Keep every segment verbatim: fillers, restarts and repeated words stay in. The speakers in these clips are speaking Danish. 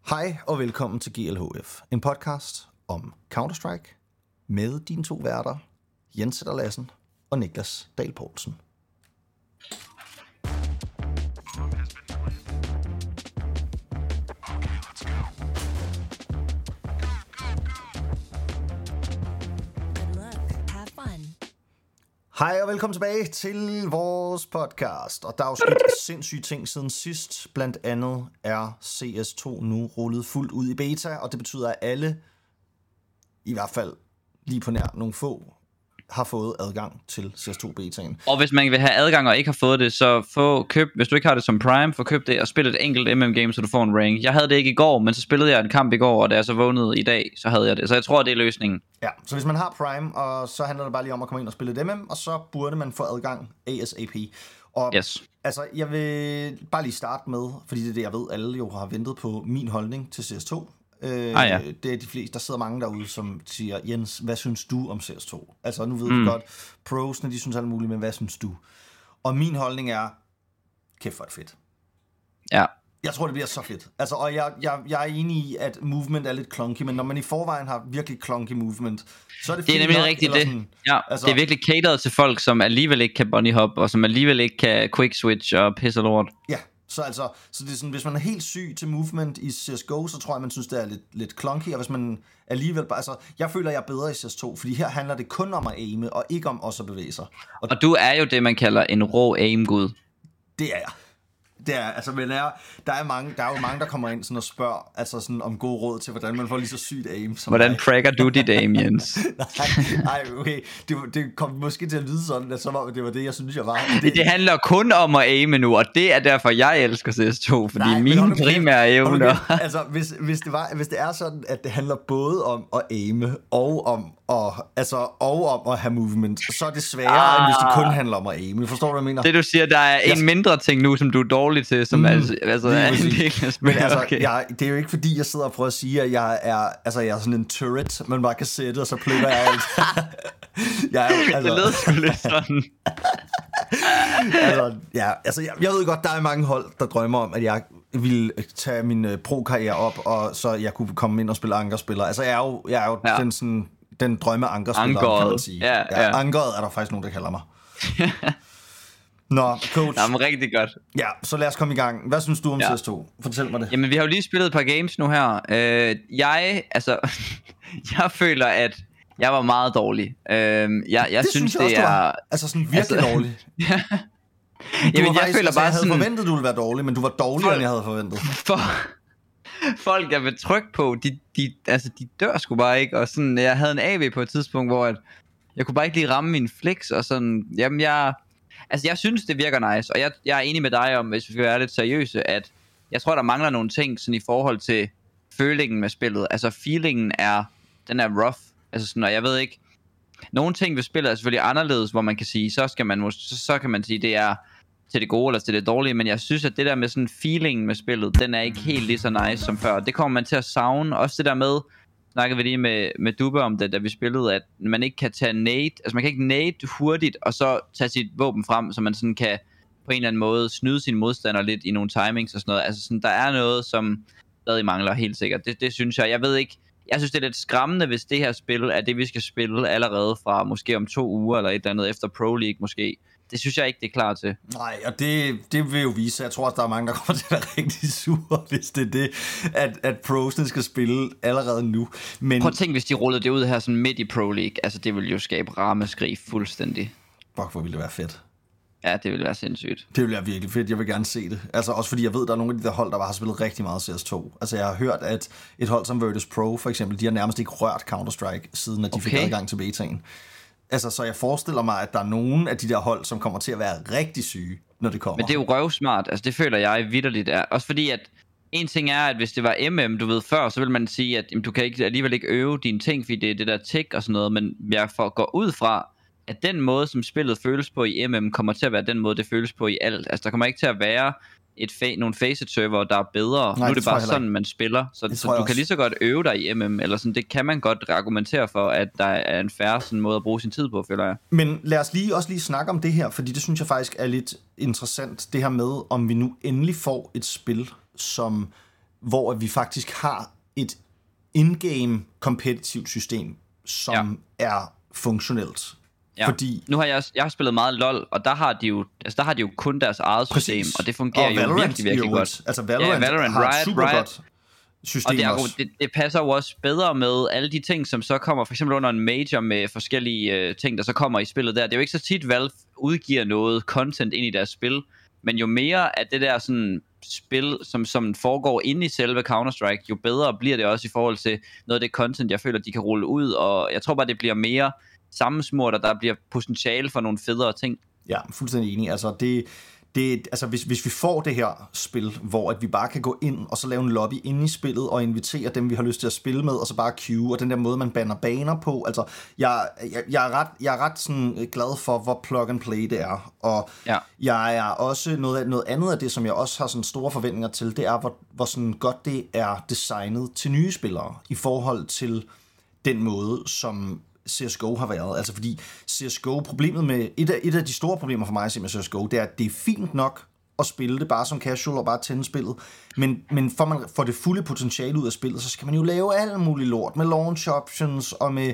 Hej og velkommen til G L H F, en podcast om Counter-Strike med dine to værter, Jens Sætter Lassen og Niklas Dahl Poulsen. Hej og velkommen tilbage til vores podcast. Og der er jo sket sindssyge ting siden sidst. Blandt andet er C S to nu rullet fuldt ud i beta, og det betyder, at alle, i hvert fald lige på nær nogle få, har fået adgang til C S to betaen. Og hvis man vil have adgang og ikke har fået det, så få køb, hvis du ikke har det som Prime, få køb det og spil et enkelt M M game, så du får en rank. Jeg havde det ikke i går, men så spillede jeg en kamp i går, og da jeg så vågnede i dag, så havde jeg det. Så jeg tror, det er løsningen. Ja, så hvis man har Prime, og så handler det bare lige om at komme ind og spille et M M, og så burde man få adgang ASAP. Og yes. altså, jeg vil bare lige starte med, fordi det er det, jeg ved, alle jo har ventet på min holdning til C S to. Øh, ah, ja. Det er de fleste, der sidder mange derude, som siger, Jens, hvad synes du om C S to? Altså, nu ved mm. vi godt, prosene, de synes alt muligt, men hvad synes du? Og min holdning er, kæft, hvor er det fedt. Ja. Jeg tror, det bliver så fedt. Altså, og jeg, jeg, jeg er enig i, at movement er lidt clunky, men når man i forvejen har virkelig clunky movement, så er det Det er nemlig rigtigt det. Sådan, ja, altså, det er virkelig cateret til folk, som alligevel ikke kan bunny hop, og som alligevel ikke kan quick switch og pisse lort. Ja, så altså, så det er sådan, hvis man er helt syg til movement i C S G O, så tror jeg, man synes, det er lidt, lidt clunky, og hvis man alligevel bare, altså, jeg føler, jeg er bedre i C S to, fordi her handler det kun om at aime, og ikke om også at bevæge sig. Og, og du er jo det, man kalder en rå aim-gud. Det er jeg. Det er, altså, men er, der, er mange, der er jo mange, der kommer ind sådan og spørger altså sådan, om gode råd til, hvordan man får lige så sygt aim. Som hvordan mig. prakker du dit aim, Jens? nej, nej, okay. Det, det kom måske til at lyde sådan, at så var, det var det, jeg synes, jeg var. Det, det handler kun om at aime nu, og det er derfor, jeg elsker C S to, fordi nej, mine primære evner... Altså, hvis, hvis, det var, hvis det er sådan, at det handler både om at aime, og om, og, altså, og om at have movement, så er det sværere, ah. end hvis det kun handler om at aime. Forstår du, hvad jeg mener? Det, du siger, der er en jeg... mindre ting nu, som du er dårlig til, som mm, altså, altså er en virkelig men altså, okay. jeg, det er jo ikke fordi, jeg sidder og prøver at sige, at jeg er, altså, jeg er sådan en turret, man bare kan sætte, og så plukker jeg alt. jeg er, altså... Det lød sgu lidt sådan. altså, ja, altså, jeg, jeg ved godt, der er mange hold, der drømmer om, at jeg ville tage min uh, pro-karriere op, og så jeg kunne komme ind og spille ankerspillere. Altså, jeg er jo, jeg er jo ja. den, sådan, den drømme ankerspiller, kan man sige. Ja, ja. Ja, ankeret er der faktisk nogen, der kalder mig. Nå, coach. Jamen, rigtig godt. Ja, så lad os komme i gang. Hvad synes du om ja. C S to? Fortæl mig det. Jamen, vi har jo lige spillet et par games nu her. Øh, jeg, altså, jeg føler, at jeg var meget dårlig. Øh, jeg, jeg det synes, synes jeg det også, er... Var. Altså sådan virkelig altså, dårlig. ja. Jamen, jeg faktisk, føler altså, bare jeg havde sådan... forventet, du ville være dårlig, men du var dårligere, folk... end jeg havde forventet. For... Folk, jeg vil trykke på, de, de, altså, de dør sgu bare ikke. Og sådan, jeg havde en A V på et tidspunkt, hvor at jeg kunne bare ikke lige ramme min flex, og sådan, jamen jeg... Altså, jeg synes, det virker nice, og jeg, jeg er enig med dig om, hvis vi skal være lidt seriøse, at jeg tror, der mangler nogle ting sådan i forhold til følingen med spillet. Altså, feelingen er, den er rough. Altså sådan, og jeg ved ikke, nogle ting ved spillet er selvfølgelig anderledes, hvor man kan sige, så skal man, så, så kan man sige, det er til det gode eller til det dårlige, men jeg synes, at det der med sådan feelingen med spillet, den er ikke helt lige så nice som før. Det kommer man til at savne, også det der med, snakkede vi lige med, med Dubbe om det, da vi spillede, at man ikke kan tage nade, altså man kan ikke nade hurtigt, og så tage sit våben frem, så man sådan kan på en eller anden måde snyde sine modstandere lidt i nogle timings og sådan noget. Altså sådan, der er noget, som stadig mangler helt sikkert. Det, det synes jeg, jeg ved ikke, jeg synes det er lidt skræmmende, hvis det her spil er det, vi skal spille allerede fra måske om to uger, eller et eller andet efter Pro League måske. Det synes jeg ikke, det er klar til. Nej, og det, det vil jo vise. Jeg tror også, der er mange, der kommer til at være rigtig sure, hvis det er det, at, at prosene skal spille allerede nu. Men... Prøv at tænke, hvis de rullede det ud her sådan midt i Pro League. Altså, det ville jo skabe ramaskrig fuldstændig. Fuck, hvor ville det være fedt. Ja, det ville være sindssygt. Det ville være virkelig fedt. Jeg vil gerne se det. Altså, også fordi jeg ved, der er nogle af de der hold, der bare har spillet rigtig meget C S to. Altså, jeg har hørt, at et hold som Virtus Pro, for eksempel, de har nærmest ikke rørt Counter-Strike, siden at de okay. fik adgang til betaen. Altså, så jeg forestiller mig, at der er nogen af de der hold, som kommer til at være rigtig syge, når det kommer. Men det er jo røvsmart. Altså, det føler jeg vitterligt er. Også fordi, at en ting er, at hvis det var M M, du ved før, så vil man sige, at jamen, du kan ikke, alligevel ikke øve dine ting, fordi det er det der tick og sådan noget. Men jeg får gå ud fra, at den måde, som spillet føles på i M M, kommer til at være den måde, det føles på i alt. Altså, der kommer ikke til at være et fa- nogle facet-server, der er bedre. Nej, nu er det, det bare sådan, man spiller. Så, så du også. Kan lige så godt øve dig i M M, eller sådan, det kan man godt argumentere for, at der er en fair sådan måde at bruge sin tid på, føler jeg. Men lad os lige også lige snakke om det her, fordi det synes jeg faktisk er lidt interessant, det her med, om vi nu endelig får et spil, som hvor vi faktisk har et in-game competitive system, som ja. er funktionelt. Ja. Fordi nu har jeg jeg har spillet meget LoL, og der har de jo altså der har de jo kun deres eget system, præcis. Og det fungerer og jo Valorant virkelig virkelig godt. Altså Valorant, ja, Valorant har Riot, et super Riot. godt system og det, er, også. Det, det passer jo også bedre med alle de ting, som så kommer for eksempel under en major med forskellige øh, ting, der så kommer i spillet der. Det er jo ikke så tit Valve udgiver noget content ind i deres spil, men jo mere af det der sådan spil, som, som foregår inde i selve Counter-Strike, jo bedre bliver det også i forhold til noget af det content, jeg føler, de kan rulle ud, og jeg tror bare, det bliver mere sammensmurt, og der bliver potentiale for nogle federe ting. Ja, fuldstændig enig. Altså, det, det, altså hvis, hvis vi får det her spil, hvor at vi bare kan gå ind og så lave en lobby inde i spillet og invitere dem, vi har lyst til at spille med, og så bare queue, og den der måde, man banner baner på. Altså, jeg, jeg, jeg er ret, jeg er ret sådan glad for, hvor plug and play det er. Og ja. jeg er også noget, noget andet af det, som jeg også har sådan store forventninger til, det er, hvor, hvor sådan godt det er designet til nye spillere i forhold til den måde, som C S G O har været. Altså fordi C S G O, problemet med, et af, et af de store problemer for mig med C S G O, det er, at det er fint nok at spille det bare som casual og bare tænde spillet, men, men for man får det fulde potentiale ud af spillet, så skal man jo lave alt muligt lort med launch options og med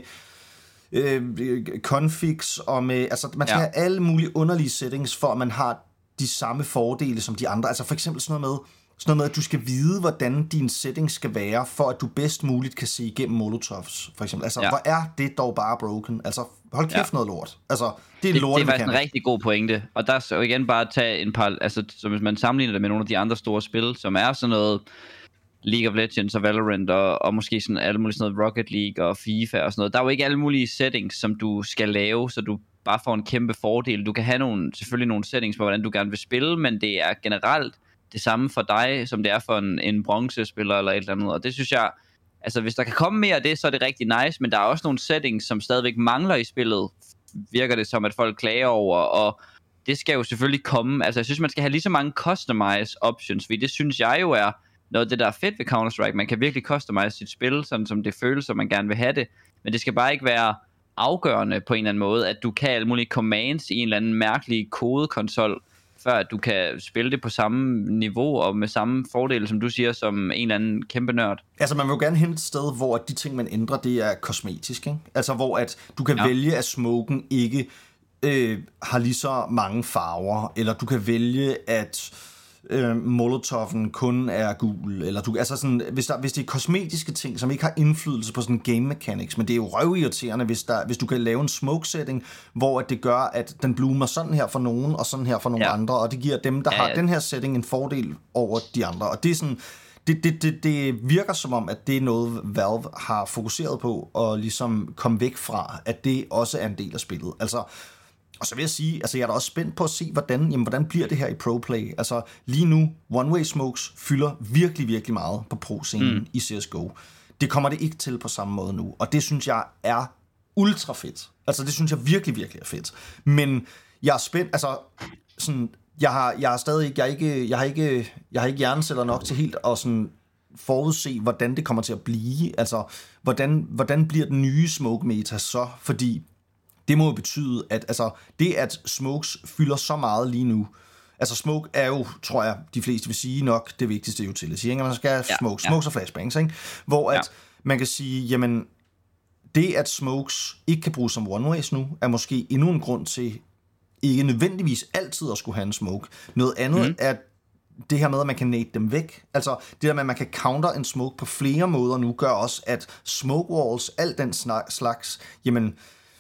øh, configs og med, altså man skal ja. have alle mulige underlige settings, for at man har de samme fordele som de andre. Altså for eksempel sådan noget med Sådan noget med, at du skal vide, hvordan din setting skal være, for at du bedst muligt kan se igennem molotovs, for eksempel. Altså, ja. hvor er det dog bare broken? Altså, hold kæft ja. noget lort. Altså, det er det, lort, det er faktisk en rigtig god pointe. Og der så igen bare tage en par, altså, så hvis man sammenligner det med nogle af de andre store spil, som er sådan noget League of Legends og Valorant, og, og måske sådan alle mulige sådan noget Rocket League og FIFA og sådan noget. Der er jo ikke alle mulige settings, som du skal lave, så du bare får en kæmpe fordel. Du kan have nogle, selvfølgelig nogle settings på, hvordan du gerne vil spille, men det er generelt det samme for dig, som det er for en, en bronzespiller eller et eller andet, og det synes jeg, altså hvis der kan komme mere af det, så er det rigtig nice, men der er også nogle settings, som stadigvæk mangler i spillet, virker det som, at folk klager over, og det skal jo selvfølgelig komme, altså jeg synes, man skal have lige så mange customize options, fordi det synes jeg jo er noget af det, der er fedt ved Counter-Strike, man kan virkelig customize sit spil, sådan som det føles, som man gerne vil have det, men det skal bare ikke være afgørende på en eller anden måde, at du kan alle mulige commands i en eller anden mærkelig kodekonsol, før at du kan spille det på samme niveau og med samme fordele, som du siger, som en eller anden kæmpe nørd. Altså man vil jo gerne hen et sted, hvor de ting, man ændrer, det er kosmetisk, ikke? Altså hvor at du kan ja. vælge, at smoken ikke øh, har lige så mange farver, eller du kan vælge, at øh, molotoven kun er gul, eller du, altså sådan, hvis, der, hvis det er kosmetiske ting, som ikke har indflydelse på sådan game mechanics, men det er jo røvirriterende, hvis, der, hvis du kan lave en smoke setting, hvor det gør, at den bloomer sådan her for nogen, og sådan her for nogle ja. andre, og det giver dem, der ja, ja. har den her setting, en fordel over de andre, og det er sådan, det, det, det, det virker som om, at det er noget, Valve har fokuseret på, og ligesom komme væk fra, at det også er en del af spillet. Altså, og så vil jeg sige, altså jeg er da også spændt på at se, hvordan, jamen, hvordan bliver det her i ProPlay. Altså lige nu, one-way smokes fylder virkelig, virkelig meget på pro-scenen mm. i C S G O. Det kommer det ikke til på samme måde nu, og det synes jeg er ultra fedt. Altså det synes jeg virkelig, virkelig er fedt. Men jeg er spændt, altså sådan, jeg har, jeg har stadig ikke, jeg har ikke, jeg har ikke, jeg har ikke hjerneceller nok til helt at sådan forudse, hvordan det kommer til at blive. Altså, hvordan, hvordan bliver den nye smoke meta så? Fordi det må jo betyde, at altså, det, at smokes fylder så meget lige nu, altså smoke er jo, tror jeg, de fleste vil sige nok, det vigtigste utility, ikke? Man skal have ja, smoke, smokes ja. og flashbangs, ikke? Hvor at ja. man kan sige, jamen, det, at smokes ikke kan bruges som one-ways nu, er måske endnu en grund til, ikke nødvendigvis altid at skulle have en smoke. Noget andet mm. er det her med, at man kan nade dem væk. Altså, det der med, at man kan counter en smoke på flere måder nu, gør også, at smoke walls, alt den slags, jamen,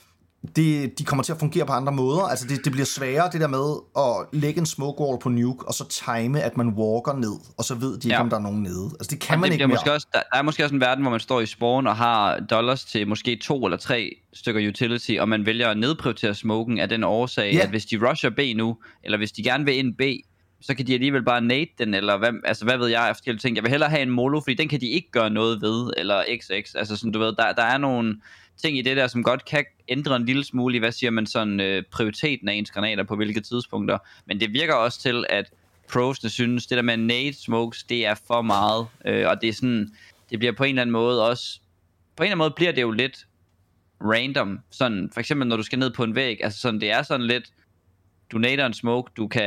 Det, de kommer til at fungere på andre måder. Altså det, det bliver sværere det der med at lægge en smoke wall på nuke, og så time, at man walker ned, og så ved de ikke, ja. om der er nogen nede. Altså det kan og man det ikke mere. Måske også, der, der er måske også en verden, hvor man står i spawn og har dollars til måske to eller tre stykker utility, og man vælger at nedprioritere smoken af den årsag, ja. at hvis de rusher B nu, eller hvis de gerne vil ind B, så kan de alligevel bare nade den, eller hvad, altså hvad ved jeg af forskellige ting. Jeg vil hellere have en molo, fordi den kan de ikke gøre noget ved, eller X X. Altså sådan, du ved, der, der er nogle ting i det der, som godt kan ændre en lille smule i, hvad siger man sådan, øh, prioriteten af ens granater på hvilke tidspunkter. Men det virker også til, at prosene synes, det der med nade smokes, det er for meget. Øh, og det er sådan, det bliver på en eller anden måde også, på en eller anden måde bliver det jo lidt random. Sådan, for eksempel når du skal ned på en væg, altså sådan, det er sådan lidt, du nader en smoke, du kan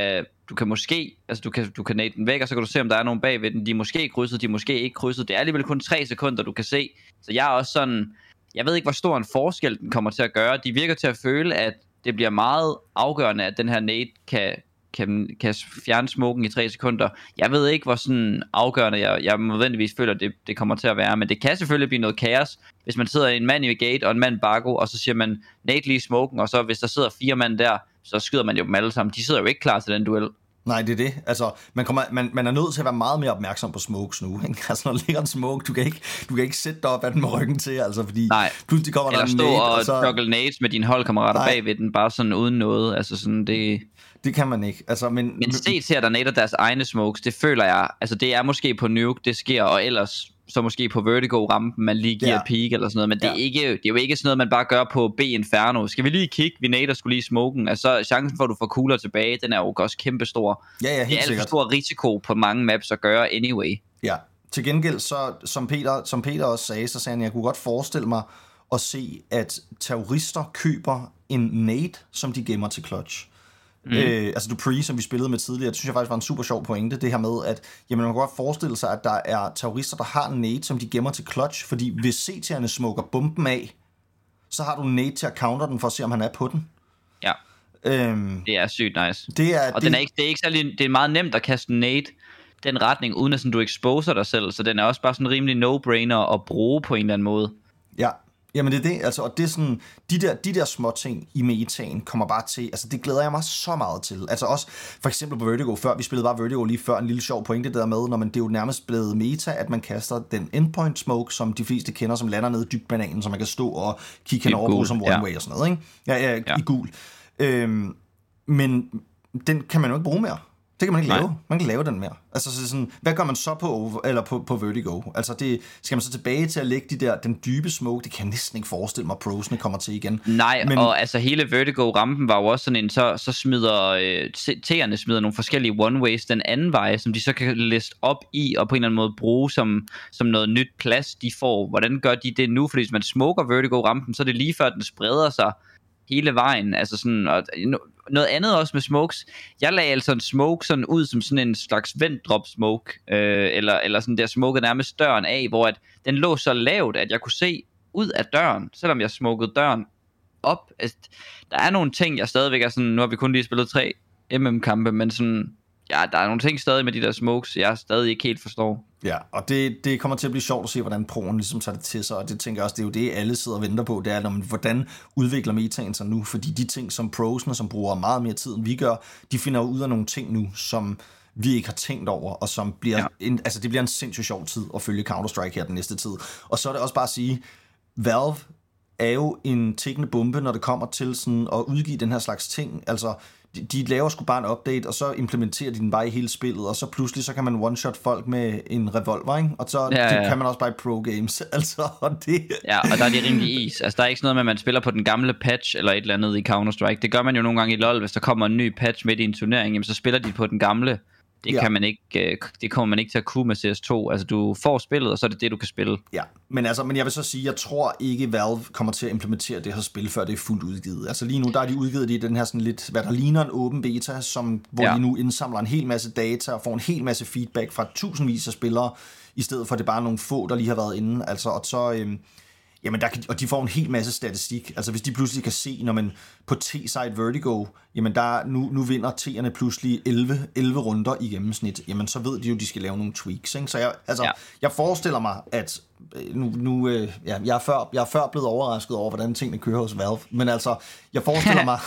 du kan måske, altså du kan, du kan nade den væk, og så kan du se, om der er nogen bag ved den. De er måske krydset, de er måske ikke krydset. Det er alligevel kun tre sekunder, du kan se. Så jeg er også sådan, jeg ved ikke, hvor stor en forskel den kommer til at gøre. De virker til at føle, at det bliver meget afgørende, at den her nade kan, kan, kan fjerne smoken i tre sekunder. Jeg ved ikke, hvor sådan afgørende jeg, jeg nødvendigvis føler, det, det kommer til at være. Men det kan selvfølgelig blive noget kaos, hvis man sidder en mand i gate og en mand bago, og så siger man nade lige smoken, og så hvis der sidder fire mand der, så skyder man jo dem alle sammen. De sidder jo ikke klar til den duel. Nej, det er det. Altså, man, kommer, man, man er nødt til at være meget mere opmærksom på smokes nu. Ikke? Altså, når der ligger en smoke, du kan ikke, du kan ikke sætte dig op af den med ryggen til, altså, fordi Nej. pludselig kommer Eller der en stå nade, og, og så... juggle nades med dine holdkammerater bag ved den, bare sådan uden noget. Altså sådan, det... Det kan man ikke. Altså, men men se til, at der nader deres egne smokes, det føler jeg, altså det er måske på nuke, det sker, og ellers så måske på vertigo-rampen, man lige giver ja. peak eller sådan noget, men det, ja. er ikke, det er jo ikke sådan noget, man bare gør på B Inferno. Skal vi lige kigge, vi nader skulle lige smoken, altså chancen for, at du får kugler tilbage, den er jo også kæmpestor. Ja, ja, helt det er alt sikkert. for stor risiko på mange maps at gøre anyway. Ja, til gengæld, så som Peter, som Peter også sagde, så sagde han, jeg kunne godt forestille mig at se, at terrorister køber en nade, som de gemmer til clutch. Mm. Øh, altså Dupree, som vi spillede med tidligere, det synes jeg faktisk var en super sjov pointe, det her med, at jamen, man kan godt forestille sig, at der er terrorister, der har en nade, som de gemmer til clutch, fordi hvis C T'erne smukker bomben af, så har du en nade til at counter den, for at se, om han er på den. Ja, øhm, det er sygt nice. Det er, og det... Den er ikke, det er ikke særlig, det er meget nemt at kaste en nade den retning, uden at sådan, du exposer dig selv, så den er også bare sådan rimelig no-brainer at bruge på en eller anden måde. Ja. Jamen det er det, altså, og det er sådan, de der, de der små ting i metaen kommer bare til, altså det glæder jeg mig så meget til. Altså også, for eksempel på Vertigo før, vi spillede bare Vertigo lige før, en lille sjov pointe der med, når man, det er jo nærmest blevet meta, at man kaster den endpoint smoke, som de fleste kender, som lander nede i dybt bananen, så man kan stå og kigge hen over som one way ja. Og sådan noget, ikke? Ja, ja, ja. I gul. Øhm, men den kan man jo ikke bruge mere. Det kan man ikke Nej. lave. Man kan lave den mere. Altså så sådan, hvad gør man så på eller på, på Vertigo? Altså det skal man så tilbage til at lægge de der den dybe smoke. Det kan jeg næsten ikke forestille mig prosene kommer til igen. Nej, men... og altså hele Vertigo rampen var jo også sådan en så så smider øh, T'erne smider nogle forskellige one ways den anden vej, som de så kan liste op i og på en eller anden måde bruge som som noget nyt plads de får. Hvordan gør de det nu? Fordi hvis man smoker Vertigo rampen, så er det lige før den spreder sig hele vejen, altså sådan, og noget andet også med smokes. Jeg lagde altså en smoke sådan ud som sådan en slags venddrop smoke, øh, eller, eller sådan der smoke nærmest døren af, hvor at den lå så lavt, at jeg kunne se ud af døren, selvom jeg smokede døren op. Altså, der er nogle ting, jeg stadigvæk er sådan, nu har vi kun lige spillet tre M M-kampe, men sådan, ja, der er nogle ting stadig med de der smokes, jeg stadig ikke helt forstår. Ja, og det, det kommer til at blive sjovt at se, hvordan proen ligesom tager det til sig, og det tænker jeg også, det er jo det, alle sidder og venter på, det er, når man, hvordan udvikler metaen sig nu, fordi de ting, som prosene, som bruger meget mere tid, end vi gør, de finder jo ud af nogle ting nu, som vi ikke har tænkt over, og som bliver, ja. en, altså det bliver en sindssygt sjov tid at følge Counter-Strike her den næste tid. Og så er det også bare at sige, Valve er jo en tikkende bombe, når det kommer til sådan at udgive den her slags ting, altså de, de laver sgu bare en update, og så implementerer de den bare i hele spillet, og så pludselig så kan man one-shot folk med en revolver, ikke? Og så ja, ja. Det kan man også bare i pro-games, altså, og det... Ja, og der er det rimelig is. Altså, der er ikke sådan noget med, at man spiller på den gamle patch, eller et eller andet i Counter-Strike. Det gør man jo nogle gange i LoL, hvis der kommer en ny patch midt i en turnering, jamen, så spiller de på den gamle. Det ja. kan man ikke, det kommer man ikke til at kunne med C S to. Altså du får spillet, og så er det det du kan spille. Ja, men altså, men jeg vil så sige, jeg tror ikke Valve kommer til at implementere det her spil, før det er fuldt udgivet. Altså lige nu der er de udgivet i den her sådan lidt, hvad der ligner en åben beta, som hvor ja. de nu indsamler en hel masse data og får en hel masse feedback fra tusindvis af spillere, i stedet for at det bare er nogle få, der lige har været inde. Altså og så øhm, jamen der kan, og de får en hel masse statistik. Altså hvis de pludselig kan se, når man på T-side Vertigo, jamen der nu, nu vinder T'erne pludselig elleve, elleve runder i gennemsnit, jamen så ved de jo, de skal lave nogle tweaks, ikke? Så jeg, altså, ja. jeg forestiller mig, at nu, nu øh, ja, jeg, er før, jeg er før blevet overrasket over, hvordan tingene kører hos Valve, men altså, jeg forestiller mig,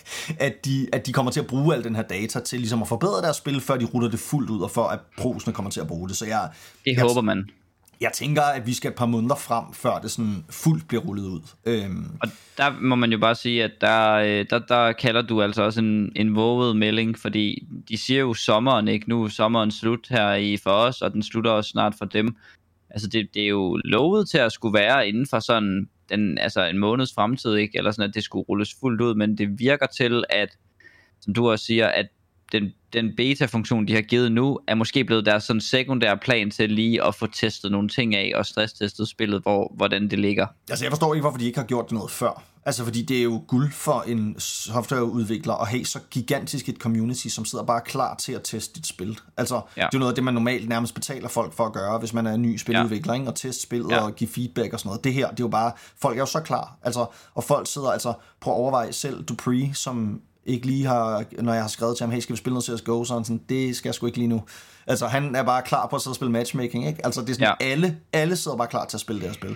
at de, at de kommer til at bruge al den her data til ligesom at forbedre deres spil, før de ruller det fuldt ud, og for at prosene kommer til at bruge det. Så jeg, det jeg, håber man. Jeg tænker, at vi skal et par måneder frem, før det sådan fuldt bliver rullet ud. Øhm. Og der må man jo bare sige, at der, der, der kalder du altså også en, en våget melding, fordi de siger jo sommeren, ikke? Nu er sommeren slut her i for os, og den slutter også snart for dem. Altså det, det er jo lovet til at skulle være inden for sådan den, altså en måneds fremtid, ikke? Eller sådan, at det skulle rulles fuldt ud, men det virker til, at, som du også siger, at den, den beta-funktion, de har givet nu, er måske blevet deres sådan sekundære plan til lige at få testet nogle ting af, og stresstestet spillet, hvor, hvordan det ligger. Altså jeg forstår ikke, hvorfor de ikke har gjort det noget før. Altså fordi det er jo guld for en softwareudvikler at have så gigantisk et community, som sidder bare klar til at teste dit spil. Altså ja. Det er jo noget af det, man normalt nærmest betaler folk for at gøre, hvis man er en ny spiludvikler, ja. Og teste spillet ja. Og give feedback og sådan noget. Det her, det er jo bare, folk er jo så klar. Altså, og folk sidder altså, prøv at overveje selv, Dupree, som ikke lige har, når jeg har skrevet til ham, hey, skal vi spille noget C S G O, så han sådan, det skal jeg sgu ikke lige nu. Altså han er bare klar på at sidde og spille matchmaking, ikke? Altså det er sådan, ja. alle, alle sidder bare klar til at spille det her spil.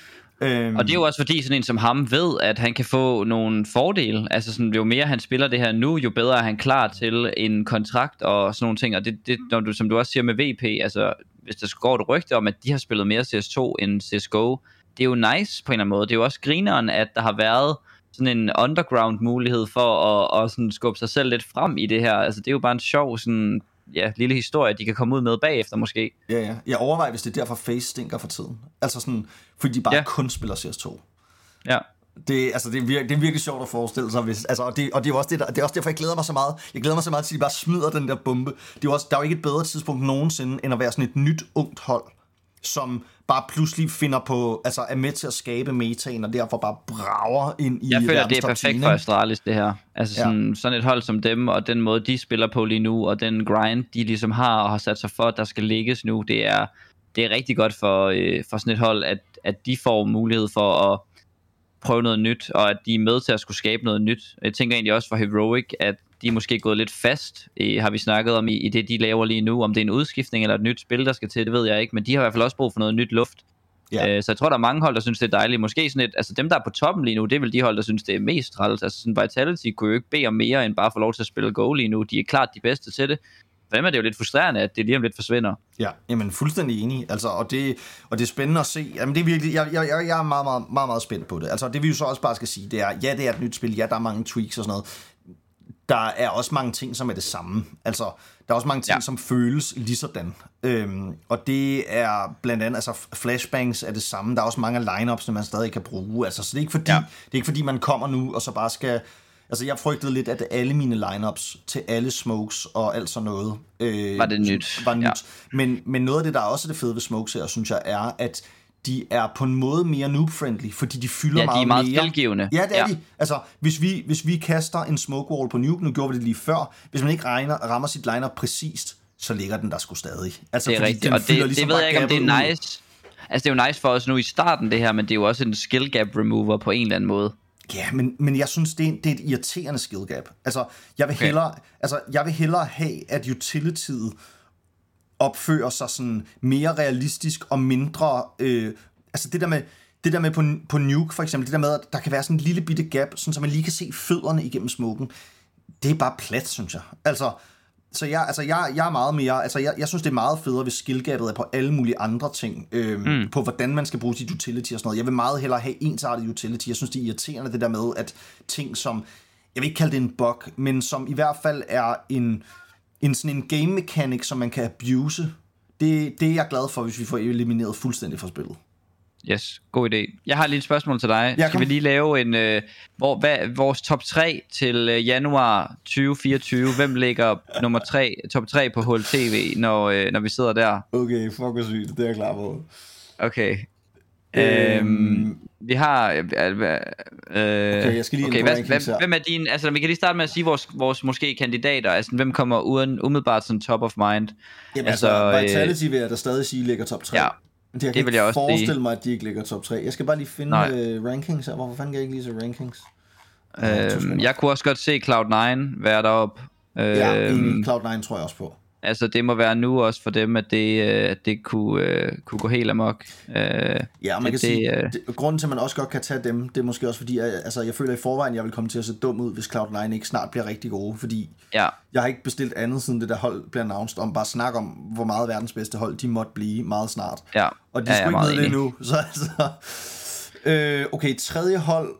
Og det er jo også fordi sådan en som ham ved, at han kan få nogle fordele. Altså sådan, jo mere han spiller det her nu, jo bedre er han klar til en kontrakt og sådan nogle ting. Og det, det når du, som du også siger med V P, altså hvis der går et rygte om, at de har spillet mere C S to end C S G O, det er jo nice på en eller anden måde. Det er jo også grineren, at der har været sådan en underground mulighed for at, at sådan skubbe sig selv lidt frem i det her. Altså det er jo bare en sjov sådan, ja, lille historie, de kan komme ud med bagefter måske. Ja, ja. Jeg overvejer, hvis det er derfor Face stinker for tiden. Altså sådan, fordi de bare ja. kun spiller C S to. Ja. Det, altså, det, er virkelig, det er virkelig sjovt at forestille sig, hvis, altså, og, det, og det, er også det, der, det er også derfor, jeg glæder mig så meget. Jeg glæder mig så meget til, at de bare smider den der bombe. Det er også, der er jo ikke et bedre tidspunkt nogensinde, end at være sådan et nyt, ungt hold, som bare pludselig finder på, altså er med til at skabe metaen, og derfor bare brager ind i. Jeg føler, det er perfekt for Astralis, det her. Altså sådan, ja. sådan et hold som dem, og den måde, de spiller på lige nu, og den grind, de ligesom har, og har sat sig for, at der skal ligges nu, det er, det er rigtig godt for, øh, for sådan et hold, at, at de får mulighed for at prøve noget nyt, og at de er med til at skulle skabe noget nyt. Jeg tænker egentlig også for Heroic, at de er måske gået lidt fast, i, har vi snakket om i, i det, de laver lige nu. Om det er en udskiftning eller et nyt spil, der skal til, det ved jeg ikke, men de har i hvert fald også brug for noget nyt luft. Ja. Øh, så jeg tror, der er mange hold, der synes, det er dejligt. Måske sådan et, altså dem, der er på toppen lige nu, det er vel de hold, der synes, det er mest træls. Altså sådan Vitality kunne jo ikke bede om mere, end bare få lov til at spille Go lige nu. De er klart de bedste til det. For dem er det jo lidt frustrerende, at det lige om lidt forsvinder. Ja, jamen fuldstændig enig. Altså, og, det, og det er spændende at se. Jamen, det er virkelig, jeg, jeg, jeg er meget, meget, meget, meget spændt på det. Altså, det vi jo så også bare skal sige, det er, ja, det er et nyt spil, ja, der er mange tweaks og sådan noget. Der er også mange ting, som er det samme. Altså, der er også mange ting, ja. som føles lige sådan. Øhm, og det er blandt andet, altså flashbangs er det samme. Der er også mange af lineups, man stadig kan bruge. Altså, så det er ikke fordi, ja. det er ikke fordi man kommer nu og så bare skal. Altså, jeg frygtede lidt, at alle mine lineups til alle smokes og alt sådan noget øh, var det nyt. Var nyt. Ja. Men, men noget af det, der er også det fede ved smokes her, synes jeg, er, at de er på en måde mere noob-friendly, fordi de fylder ja, meget mere. Ja, de er meget tilgivende. Ja, det er ja. de. Altså, hvis vi, hvis vi kaster en smoke wall på nuke, nu gjorde vi det lige før, hvis man ikke regner, rammer sit lineup præcist, så ligger den der sgu stadig. Altså, det er rigtigt, og det, ligesom det ved jeg ikke, om det er nice. Altså, det er jo nice for os nu i starten, det her, men det er jo også en skill gap remover på en eller anden måde. Ja, men, men jeg synes, det er, det er et irriterende skill gap. Altså, jeg vil, okay. hellere, altså, jeg vil hellere have, at utilityet opfører sig sådan mere realistisk og mindre. Øh, altså det der med, det der med på, på nuke for eksempel, det der med, at der kan være sådan en lille bitte gap, sådan så man lige kan se fødderne igennem smoken. Det er bare plat, synes jeg. Altså, så jeg, altså jeg, jeg er meget mere, altså jeg, jeg synes, det er meget federe, hvis skillgabet er på alle mulige andre ting, øhm, mm. på hvordan man skal bruge sit utility og sådan noget. Jeg vil meget hellere have ensartet utility. Jeg synes, det er irriterende det der med, at ting som, jeg vil ikke kalde det en bug, men som i hvert fald er en, en sådan en game mechanic, som man kan abuse. Det, det er jeg glad for, hvis vi får elimineret fuldstændig fra spillet. Yes, god idé. Jeg har lige et spørgsmål til dig. Ja, Skal vi lige lave en øh, hvor, hvad, vores top tre til øh, januar tyve fireogtyve? Hvem ligger nummer tre, top tre på H L T V, når, øh, når vi sidder der? Okay, fuck hvor sygt. Det er jeg klar på. Okay. Øhm, øhm, vi har øh, øh, okay, jeg skal lige okay, hvad, hvad, hvem er din, altså vi kan lige starte med at sige vores, vores måske kandidater. Altså hvem kommer uden, umiddelbart sådan top of mind? Jamen altså, altså Vitality vil jeg da stadig sige ligger top tre. Ja. Det, jeg kan det vil jeg også forestille sige. mig, at de ikke ligger top tre. Jeg skal bare lige finde uh, rankings her. Hvorfor fanden kan jeg ikke lige se rankings? Øhm, jeg kunne også godt se Cloud nine være deroppe. Ja, øhm, Cloud nine tror jeg også på. Altså det må være nu også for dem, at det, at det kunne, øh, kunne gå helt amok. Øh, ja, og man kan det, sige, øh... det, grunden til, at man også godt kan tage dem, det er måske også fordi, at, altså, jeg føler i forvejen, at jeg vil komme til at se dum ud, hvis Cloud nine ikke snart bliver rigtig gode, fordi ja. jeg har ikke bestilt andet, siden det der hold bliver announced, om bare snak om, hvor meget verdens bedste hold de måtte blive meget snart. Ja. Og de ja, skulle ikke med det nu. Så altså, øh, okay, tredje hold,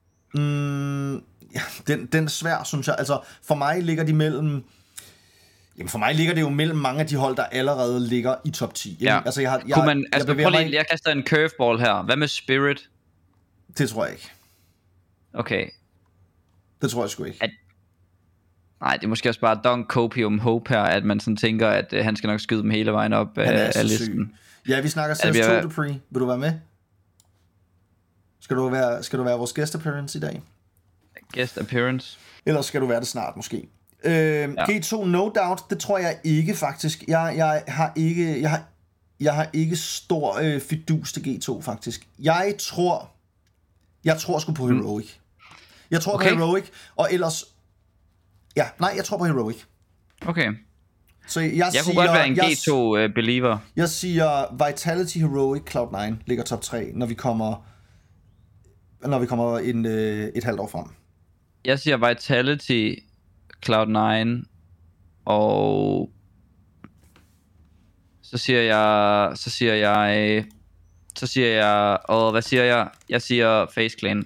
mm, ja, den, den er svær, synes jeg. Altså, for mig ligger de mellem... Jamen for mig ligger det jo mellem mange af de hold, der allerede ligger i top ti. Ja. Altså jeg har, jeg, Kunne man, altså jeg prøv lige, jeg kaster en curveball her. Hvad med Spirit? Det tror jeg ikke. Okay. Det tror jeg sgu ikke. At... Nej, det er måske også bare Don Copium Hope her, at man sådan tænker, at øh, han skal nok skyde dem hele vejen op af, af listen. Ja, vi snakker C S to bliver... Dupree. Vil du være med? Skal du være, skal du være vores guest appearance i dag? Guest appearance? Ellers skal du være det snart måske. Øh, ja. G to no doubt, det tror jeg ikke faktisk. Jeg, jeg har ikke jeg har, jeg har ikke stor øh, fidus til G to faktisk. Jeg tror jeg tror sgu på Heroic. Jeg tror okay. på Heroic, og ellers ja, nej, jeg tror på Heroic. Okay. Så jeg, jeg siger, kunne godt være en jeg, G to uh, believer. Jeg siger Vitality, Heroic, Cloud nine ligger top tre, når vi kommer når vi kommer en, øh, et halvt år frem. Jeg siger Vitality, Cloud nine, og så siger jeg, så siger jeg, så siger jeg, og hvad siger jeg? Jeg siger FaZe Clan.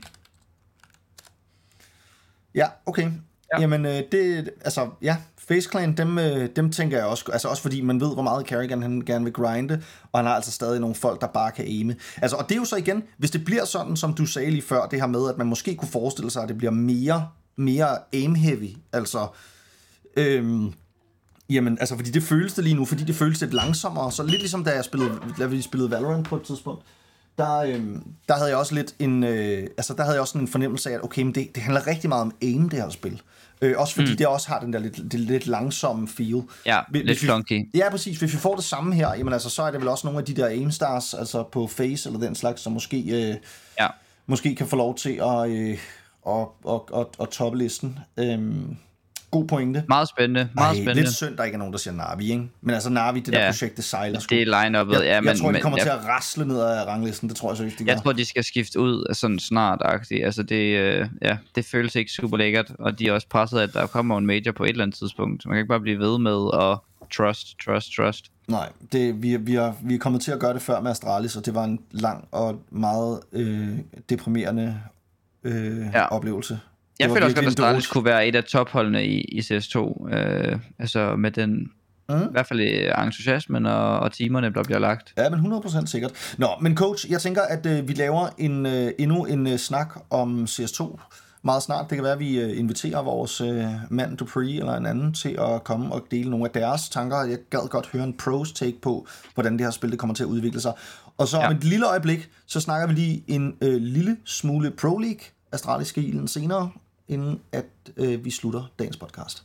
Ja, okay. Ja. Jamen, øh, det, altså, ja, FaZe Clan, dem, øh, dem tænker jeg også, altså også fordi man ved, hvor meget Karrigan han gerne vil grinde, og han har altså stadig nogle folk, der bare kan aime. Altså, og det er jo så igen, hvis det bliver sådan, som du sagde lige før, det her med, at man måske kunne forestille sig, at det bliver mere, mere aim-heavy, altså, øhm, jamen, altså, fordi det føles det lige nu, fordi det føles lidt langsommere, så lidt ligesom da jeg spillede, da vi spillede Valorant på et tidspunkt, der, øhm, der havde jeg også lidt en, øh, altså, der havde jeg også en fornemmelse af, at okay, men det, det handler rigtig meget om aim, det her spil. Øh, også fordi mm. det også har den der lidt, det lidt langsomme feel. Ja, hvis lidt clunky. Ja, præcis. Hvis vi får det samme her, jamen altså, så er det vel også nogle af de der aim stars, altså på FaZe eller den slags, som måske, øh, ja. måske kan få lov til at, øh, at, at, at, at toppe listen. Øhm, god pointe. Meget spændende. Meget Ej, spændende. Lidt synd, der ikke er nogen, der siger Navi, ikke? Men altså Navi, det der ja. projekt, det sejler sgu. Det er line-uppet, jeg, ja. Jeg men, tror, de kommer men, til at rasle ned ad ranglisten, det tror jeg seriøst, de Jeg gør. tror, de skal skifte ud sådan snart-agtigt. Altså det, øh, ja, det føles ikke super lækkert, og de er også presset, at der kommer en major på et eller andet tidspunkt. Man kan ikke bare blive ved med at trust, trust, trust. Nej, det, vi, vi, er, vi er kommet til at gøre det før med Astralis, og det var en lang og meget øh, deprimerende øh, ja. oplevelse. Jeg føler også godt, at Astralis kunne være et af topholdene i, i C S to. Øh, altså med den, mm. i hvert fald entusiasmen og, og timerne, der bliver lagt. Ja, men hundrede procent sikkert. Nå, men coach, jeg tænker, at øh, vi laver en, øh, endnu en øh, snak om C S to meget snart. Det kan være, at vi øh, inviterer vores øh, mand Dupree eller en anden til at komme og dele nogle af deres tanker. Jeg gad godt høre en pros take på, hvordan det her spil det kommer til at udvikle sig. Og så ja. om et lille øjeblik, så snakker vi lige en øh, lille smule Pro League, Astralis skal ilden senere, inden at øh, vi slutter dagens podcast.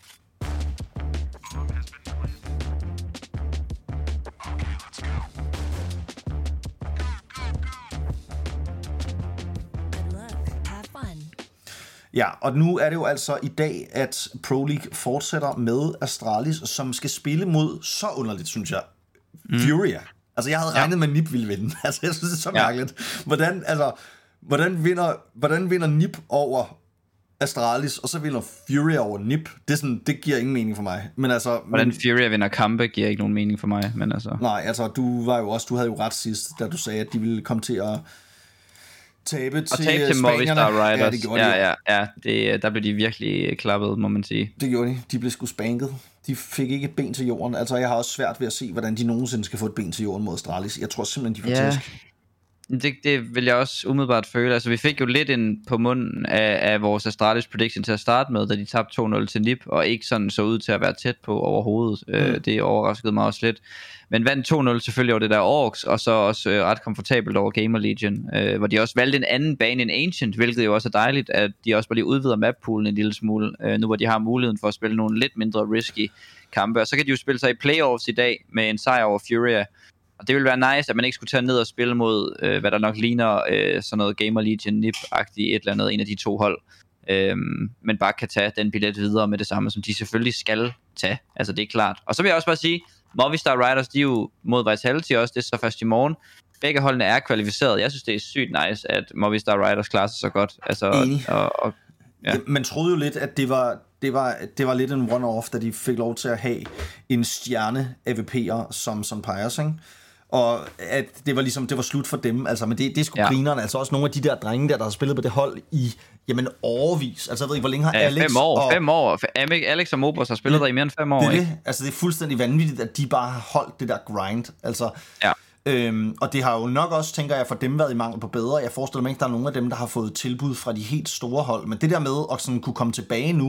Ja, og nu er det jo altså i dag, at Pro League fortsætter med Astralis, som skal spille mod, så underligt, synes jeg, mm. Furia. Altså, jeg havde regnet ja. med, at Nip ville vinde. Altså, jeg synes, det er så mærkeligt. Ja. Hvordan, altså, hvordan vinder, hvordan vinder Nip over Astralis, og så vinder Furia over Nip? Det, er sådan, det giver ingen mening for mig. Men altså, hvordan men, Furia vinder kampe, giver ikke nogen mening for mig. Men altså. Nej, altså, du var jo også, du havde jo ret sidst, da du sagde, at de ville komme til at tabe til, og tabe til Movistar Riders. Ja, det gjorde ja, de. Ja, ja, det, der blev de virkelig klappet, må man sige. Det gjorde de. De blev sgu spanket. De fik ikke et ben til jorden. Altså, jeg har også svært ved at se, hvordan de nogensinde skal få et ben til jorden mod Astralis. Jeg tror simpelthen, de får ja. tæsk. Det, det vil jeg også umiddelbart føle. Altså, vi fik jo lidt ind på munden af, af vores Astralis prediction til at starte med, da de tabte to nul til Nip, og ikke sådan så ud til at være tæt på overhovedet. Mm. Øh, det overraskede mig også lidt. Men vandt to nul selvfølgelig over det der Orks, og så også øh, ret komfortabelt over Gamer Legion, øh, hvor de også valgte en anden bane end Ancient, hvilket jo også er dejligt, at de også bare lige udvider mappoolen en lille smule, øh, nu hvor de har muligheden for at spille nogle lidt mindre risky kampe. Og så kan de jo spille sig i playoffs i dag med en sejr over Furia. Og det ville være nice, at man ikke skulle tage ned og spille mod, øh, hvad der nok ligner øh, sådan noget Gamer Legion, Nip-agtigt et eller andet, en af de to hold. Øhm, men bare kan tage den billet videre med det samme, som de selvfølgelig skal tage. Altså det er klart. Og så vil jeg også bare sige, Movistar Riders, de er jo mod Vitality også, det er så først i morgen. Begge holdene er kvalificeret. Jeg synes, det er sygt nice, at Movistar Riders klarer sig så godt. Altså, og, og, ja. Man troede jo lidt, at det var, det var, det var lidt en one-off, da de fik lov til at have en stjerne A V P'er som Sun Pyres, ikke? Og at det var ligesom, det var slut for dem, altså, men det, det er sgu ja. grinerne, altså også nogle af de der drenge der, der har spillet på det hold i, jamen, årevis, altså jeg ved ikke, hvor længe har ja, Alex fem år, og... fem år, Alex og Mobos har spillet ja, der i mere end fem år, det er ikke? Det. Altså det er fuldstændig vanvittigt, at de bare har holdt det der grind, altså, ja. øhm, og det har jo nok også, tænker jeg, for dem været i mangel på bedre. Jeg forestiller mig ikke, der er nogen af dem, der har fået tilbud fra de helt store hold, men det der med at sådan kunne komme tilbage nu,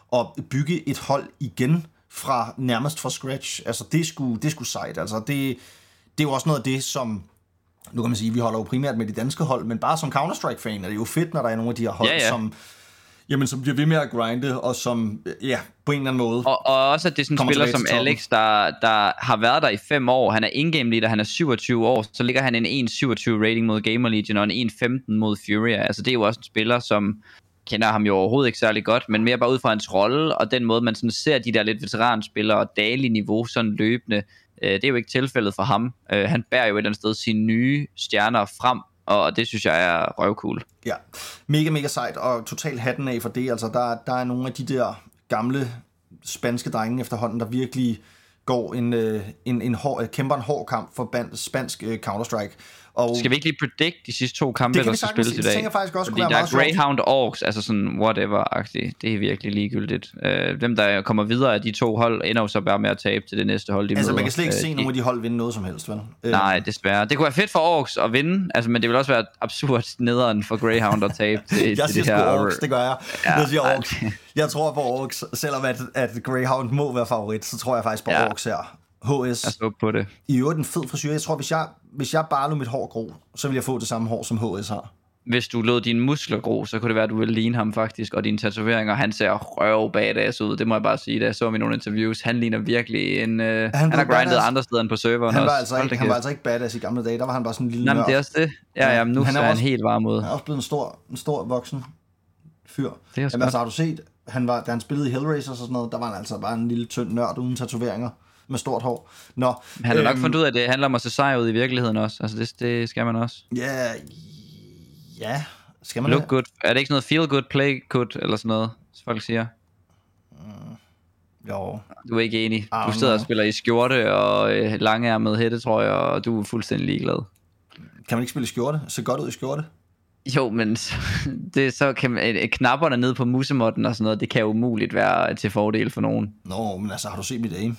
at bygge et hold igen fra nærmest fra scratch. Altså, det er sgu, det er sgu sejt. Altså, det, det er jo også noget af det, som... Nu kan man sige, at vi holder jo primært med de danske hold, men bare som Counter-Strike-fan er det jo fedt, når der er nogle af de her hold, ja, ja. som... Jamen, som bliver ved med at grinde, og som, ja, på en eller anden måde... Og, og også, at det er sådan en spiller som Alex, der, der har været der i fem år. Han er in-game leader, han er syvogtyve år, så ligger han en en komma syvogtyve rating mod Gamer Legion, og en en komma femten mod Furia. Altså, det er jo også en spiller, som kender ham jo overhovedet ikke særlig godt, men mere bare ud fra hans rolle, og den måde, man sådan ser de der lidt veteranspillere og daglige niveau sådan løbende. Det er jo ikke tilfældet for ham. Han bærer jo et eller andet sted sine nye stjerner frem, og det synes jeg er røvcool. Ja, mega, mega sejt, og totalt hatten af for det. Altså, der, der er nogle af de der gamle spanske drenge efterhånden, der virkelig går en, en, en hård, kæmper en hård kamp for band, spansk uh, Counter-Strike. Og skal vi ikke lige predict de sidste to kampe, der skal spilles i dag? Det tænker jeg faktisk også fordi kunne være meget sjovt. Der er Greyhound Orcs, altså sådan whatever-agtigt. Det er virkelig ligegyldigt. Uh, dem, der kommer videre af de to hold, ender jo så bare med at tabe til det næste hold, de altså, møder. Man kan slet ikke uh, se de... nogen af de hold vinde noget som helst, vel? Nej, desværre. Det kunne være fedt for Orcs at vinde, altså, men det vil også være absurd nederen for Greyhound at tabe til, jeg til det her. Jeg siger Orcs, det gør jeg. Ja, jeg siger Orcs. Jeg tror på Orcs, selvom at, at Greyhound må være favorit, så tror jeg faktisk på ja. Orcs her. H S. Jeg står på det. I øvrigt en fed frisyr. Jeg tror, hvis jeg, hvis jeg bare lå mit hår grå, så vil jeg få det samme hår, som H S har. Hvis du lod dine muskler gro, så kunne det være, at du ville ligne ham faktisk. Og dine tatoveringer, han ser røv badass ud. Det må jeg bare sige, da jeg så ham i nogle interviews. Han ligner virkelig en... Uh, han, han har grindet andre steder end på serveren. Han var, også. altså ikke, han var altså ikke badass i gamle dage. Der var han bare sådan en lille nørd. Nej, men det er også det. Ja, ja, men nu han er, er han også, helt varm ud. Han er også blevet en stor, en stor voksen fyr. Det er Jamen, altså, har du set, han var, da han spillede i Hellraiser og sådan noget, der var han altså bare en lille tynd nørd uden tatoveringer. Med stort hår. Nå, han har øhm, nok fundet ud af, at det handler om at se sej ud i virkeligheden også. Altså det, det skal man også. Ja, ja. Skal man Look det? good. Er det ikke sådan noget feel good, play good, eller sådan noget, som folk siger? Mm, jo. Du er ikke enig. Ah, du sidder no. og spiller i skjorte og øh, langærmet hætte, tror jeg, og du er fuldstændig ligeglad. Kan man ikke spille i skjorte? Se godt ud i skjorte? Jo, men det så kan man, knapperne ned på musemotten og sådan noget, det kan umuligt være til fordel for nogen. Nå, men altså, har du set mit aim?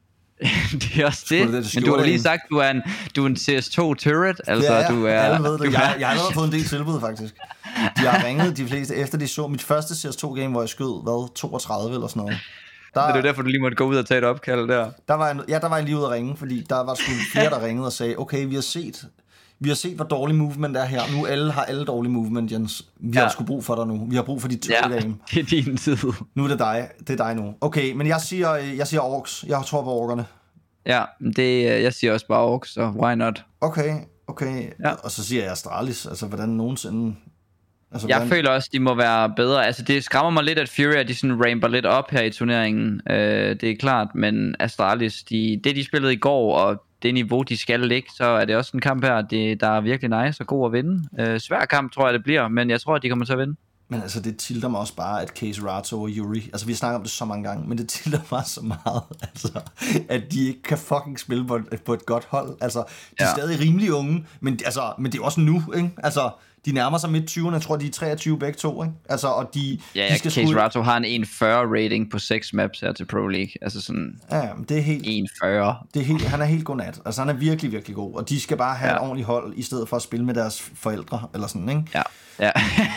Det er også det, det men du har lige sagt, du er en, du er en C S to turret. Altså, ja, du er, alle ved det. Jeg, jeg har allerede fået en del tilbud, faktisk. De har ringet de fleste, efter de så mit første C S to game, hvor jeg skød, hvad, toogtredive eller sådan noget. Der, det er derfor, du lige måtte gå ud og tage et opkald der. der var en, ja, der var jeg lige ude at ringe, fordi der var sgu flere, der ringede og sagde, okay, vi har set... Vi har set, hvor dårlig movement er her. Nu alle har alle dårlig movement, Jens. Vi ja. har sgu brug for dig nu. Vi har brug for dit ja, game. Det er din tid. Nu er det dig. Det er dig nu. Okay, men jeg siger, jeg siger Orcs. Jeg tror på orkerne. Ja, det, jeg siger også bare Orcs, så why not? Okay, okay. Ja. Og så siger jeg Astralis. Altså, hvordan nogensinde... Altså, jeg hvordan... føler også, de må være bedre. Altså, det skræmmer mig lidt, at Furia, de sådan ramper lidt op her i turneringen. Øh, det er klart, men Astralis, de, det de spillede i går, og det niveau, de skal ligge, så er det også en kamp her, det, der er virkelig nice og god at vinde. Øh, svær kamp, tror jeg, det bliver, men jeg tror, at de kommer til at vinde. Men altså, det tilter mig også bare, at Case Rato og Yuri, altså vi snakker om det så mange gange, men det tilter mig så meget, altså, at de ikke kan fucking spille på et, på et godt hold. Altså, de er ja. stadig rimelig unge, men, altså, men det er også nu, ikke? Altså, de nærmer sig midt tyverne, jeg tror, de er treogtyve begge to, ikke? Altså, og de... Ja, de skal Case skulle... Rato har en en fyrre rating på seks maps her til Pro League. Altså sådan... Ja, det er helt... en fyrre. Det er helt, han er helt godnat. Altså, han er virkelig, virkelig god. Og de skal bare have ja. et ordentligt hold, i stedet for at spille med deres forældre, eller sådan, ikke? Ja. Ja.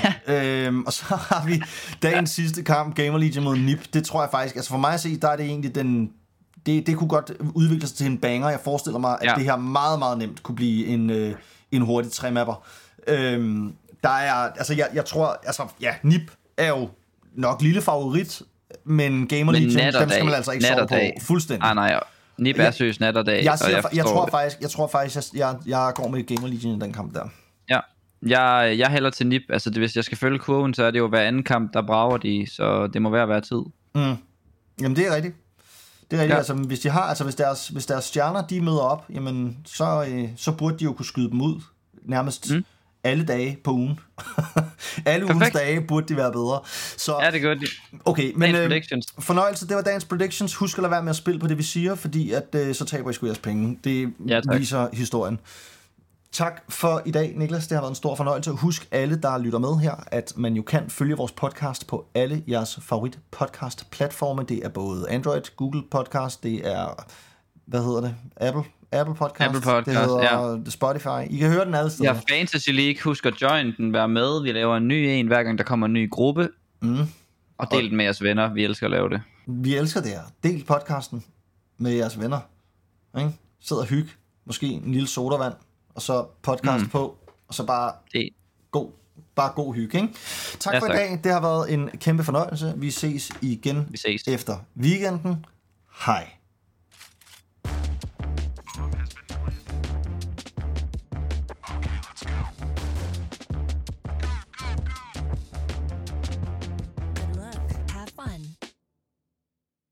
øhm, og så har vi dagens sidste kamp, Gamer Legion mod N I P. Det tror jeg faktisk... Altså, for mig at se, der er det egentlig den... Det, det kunne godt udvikle sig til en banger. Jeg forestiller mig, at ja. det her meget, meget nemt kunne blive en, øh, en hurtig tre-mapper. Øhm, der er, altså jeg, jeg tror, altså ja, N I P er jo nok lille favorit, men Gamer Legion, dem skal man altså ikke sove på fuldstændig. Ah, nej, N I P er seriøst nat og dag. Jeg, siger, jeg, jeg tror faktisk, jeg tror faktisk, jeg, jeg, jeg går med Gamer Legion i den kamp der. Ja, jeg, jeg hælder til N I P. Altså det, hvis jeg skal følge kurven, så er det jo hver anden kamp, der brager de, så det må være hver tid. Mm. Jamen det er rigtigt. Det er rigtigt, ja. Altså hvis de har, altså hvis deres, hvis deres stjerner, de møder op, jamen så, øh, så burde de jo kunne skyde dem ud nærmest mm. alle dage på ugen. alle ugens dage burde de være bedre. Så, ja, det gør de. Okay, men øh, fornøjelse, det var dagens predictions. Husk at lade være med at spille på det, vi siger, fordi at, øh, så taber I sgu jeres penge. Det ja, viser historien. Tak for i dag, Niklas. Det har været en stor fornøjelse. Husk alle, der lytter med her, at man jo kan følge vores podcast på alle jeres favorit podcast platforme. Det er både Android, Google Podcast, det er, hvad hedder det, Apple Apple Podcast, Apple Podcast, det hedder ja. Spotify. I kan høre den alle steder. Ja, Fantasy League, husk at join den, være med. Vi laver en ny en, hver gang der kommer en ny gruppe. Mm. Og del den med jeres venner, vi elsker at lave det. Vi elsker det her. Del podcasten med jeres venner. Ikke? Sid og hygge. Måske en lille sodavand, og så podcast mm. på, og så bare det. god, bare god hygge. Ikke? Tak ja, for tak. i dag. Det har været en kæmpe fornøjelse. Vi ses igen vi ses. efter weekenden. Hej.